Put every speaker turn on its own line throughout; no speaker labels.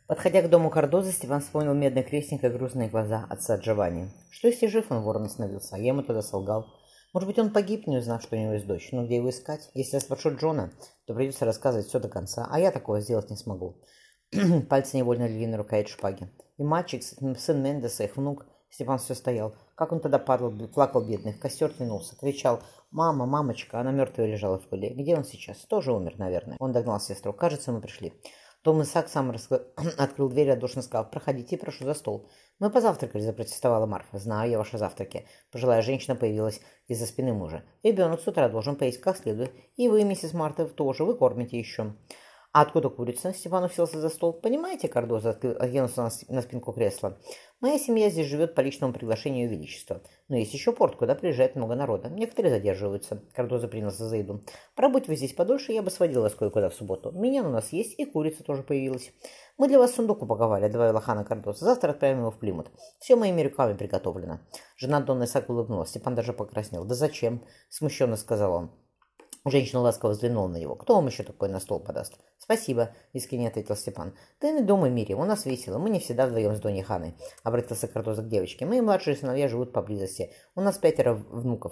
Подходя к дому Кардоза, Степан вспомнил медный крестник и грустные глаза отца Джованни. Что если жив он, ворон остановился, а я ему тогда солгал? Может быть, он погиб, не узнав, что у него есть дочь. Но где его искать? Если я спрошу Джона, то придется рассказывать все до конца, а я такого сделать не смогу. Пальцы невольно легли на рукоять шпаги. И мальчик, сын Мендеса, их внук, Степан все стоял. Как он тогда падал, плакал бедный, в костер тянулся, кричал: «Мама, мамочка!» Она мертвая лежала в пыли. Где он сейчас? Тоже умер, наверное. Он догнал сестру. Кажется, мы пришли. Том Исаак сам открыл дверь и радушно сказал: «Проходите, прошу за стол». «Мы позавтракали», — запротестовала Марфа. «Знаю я ваши завтраки». Пожилая женщина появилась из-за спины мужа. «Ребенок с утра должен поесть как следует. И вы, миссис Марта, тоже. Вы кормите еще». «А откуда курица?» Степан уселся за стол. «Понимаете, Кардоза откинулся на спинку кресла. Моя семья здесь живет по личному приглашению Ее Величества. Но есть еще порт, куда приезжает много народа. Некоторые задерживаются». Кардоза принялся за еду. «Пробудь вы здесь подольше, я бы сводила вас кое-куда в субботу. Миньон у нас есть, и курица тоже появилась. Мы для вас сундук упаковали», — добавила Хана Кардоза. «Завтра отправим его в Плимут. Все моими руками приготовлено». Жена Донны Исаак улыбнулась. Степан даже покраснел. «Да зачем?» — смущенно сказал он. Женщина ласково взглянула на него. «Кто вам еще такой на стол подаст?» «Спасибо», — искренне ответил Степан. «Ты не думай, Мири, у нас весело. Мы не всегда вдвоем с Доней Ханой», — обратился Кардоза к девочке. «Мои младшие сыновья живут поблизости. У нас 5 внуков.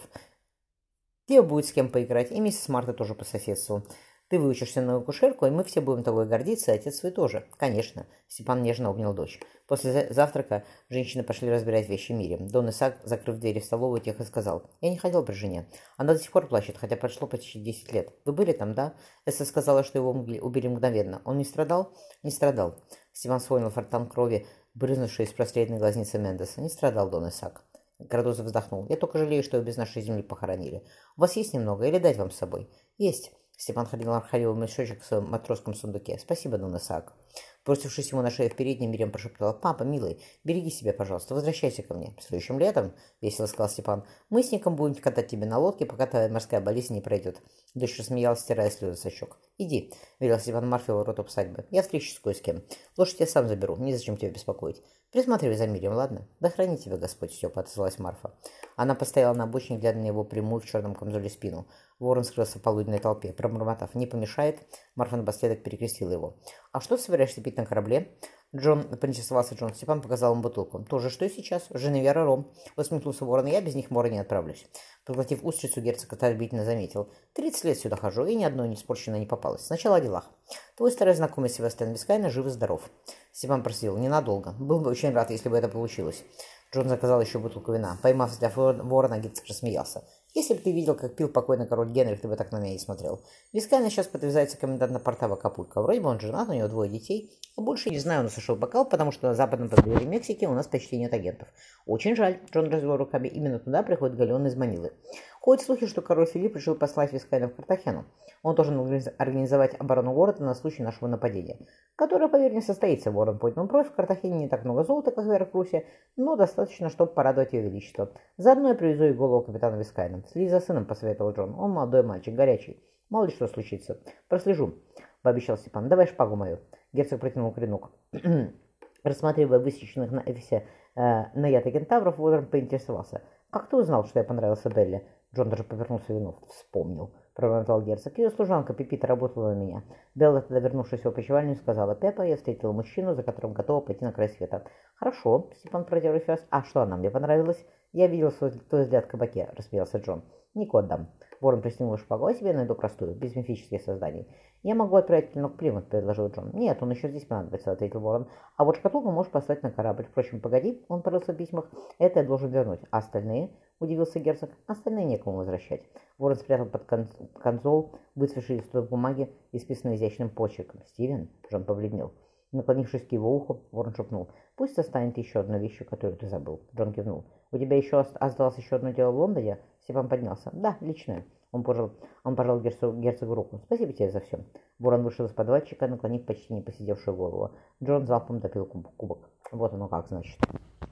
Тебе будет с кем поиграть, и миссис Марта тоже по соседству. Ты выучишься на акушерку, и мы все будем тобой гордиться, и отец свой тоже». «Конечно», — Степан нежно обнял дочь. После завтрака женщины пошли разбирать вещи Мири. Дон Исаак, закрыв двери в столовую, тихо сказал: «Я не хотел при жене. Она до сих пор плачет, хотя прошло почти 10 лет. Вы были там, да?» Эсса сказала, что его убили мгновенно. «Он не страдал?» «Не страдал». Степан вспомнил фонтан крови, брызнувший из простреленной глазницы Мендеса. «Не страдал, Дон Исаак». Кардоза вздохнул. «Я только жалею, что его без нашей земли похоронили. У вас есть немного, или дать вам с собой?» «Есть». Степан ходил в мешочек в своем матросском сундуке. «Спасибо, Дон Исаак». Бросившись ему на шею в передней, Мирьям прошептала: «Папа, милый, береги себя, пожалуйста, возвращайся ко мне». «Следующим летом», — весело сказал Степан, — «мы с Ником будем катать тебя на лодке, пока твоя морская болезнь не пройдет». Дочь рассмеялась, стирая слезы со щек. «Иди», — велел Степан Марфе у ворот усадьбы. «Я встречусь кое с кем. Лошадь я сам заберу, незачем тебя беспокоить. Присматривай за Мирьям, ладно?» «Да храни тебя Господь», — степа отозвалась Марфа. Она постояла на обочине, глядя на его прямую в черном камзоле спину. Ворон скрылся в полуденной толпе. Пробормотав: «Не помешает», Марфа напоследок перекрестила его. «А что ты собираешься пить на корабле?» Поинтересовался Джон. Степан показал ему бутылку. «Тоже что и сейчас. Женевьер и ром», — усмехнулся Ворон. «Я без них в море не отправлюсь». Проглотив устрицу, герцог отрубительно заметил: 30 лет сюда хожу, и ни одной неиспорченной не попалось. Сначала о делах. Твой старый знакомый Севастьян Вискайна жив и здоров». Степан просил: «Ненадолго. Был бы очень рад, если бы это получилось». Джон заказал еще бутылку вина. Поймав взгляд Ворона, герцог рассмеялся. «Если бы ты видел, как пил покойный король Генрих, ты бы так на меня не смотрел. Вискайна сейчас подвязается комендант порта в Акапулько. Вроде бы он женат, у него 2 детей. А больше не знаю, он осушил бокал, потому что на западном побережье Мексики у нас почти нет агентов». «Очень жаль», — Джон развел руками, — «именно туда приходит галеон из Манилы. Ходят слухи, что король Филипп решил послать Вискайна в Картахену. Он должен организовать оборону города на случай нашего нападения, которое, поверь, не состоится». Ворон поднял бровь. «В Картахене не так много золота, как в Веракрусе, но достаточно, чтобы порадовать Ее Величество. Заодно я привезу и голову капитана Вискайна. Следи за сыном», — посоветовал Джон. «Он молодой мальчик, горячий. Мало ли что случится. Прослежу», — пообещал Степан. «Давай шпагу мою». Герцог протянул клинок. Рассматривая высеченных на эфисе наяты кентавров, Ворон поинтересовался: «Как ты узнал, что я понравился Белле?» Джон даже повернулся и виноват. «Вспомнил», — пробормотал герцог. «Ее служанка Пепита работала на меня». Белла, тогда вернувшись в опочивальню, сказала: «Пеппа, я встретила мужчину, за которым готова пойти на край света». «Хорошо», — Степан протер еще раз. «А что она мне понравилась?» «Я видел твой взгляд в кабаке», — рассмеялся Джон. «Нику отдам». Ворон пристегнул шпагу. «А себе найду простую, без мифических созданий». «Я могу отправить клинок в Плимут», — предложил Джон. «Нет, он еще здесь понадобится», — ответил Ворон. «А вот шкатулку можешь послать на корабль. Впрочем, погоди», — он порылся в письмах. «Это я должен вернуть. А остальные?» — удивился герцог. «Остальные некому возвращать». Ворон спрятал под конзол выцветший листок бумаги, исписанный изящным почерком. «Стивен?» — Джон побледнел. Наклонившись к его уху, Ворон шепнул: «Пусть останет еще одной вещью, которую ты забыл». Джон кивнул. «У тебя еще осталось еще одно дело в Лондоне?» Степан поднялся. «Да, личное». Он пожал герцогу руку. «Спасибо тебе за все». Ворон вышел из подвальчика, наклонив почти не посидевшую голову. Джон залпом допил кубок. «Вот оно как, значит».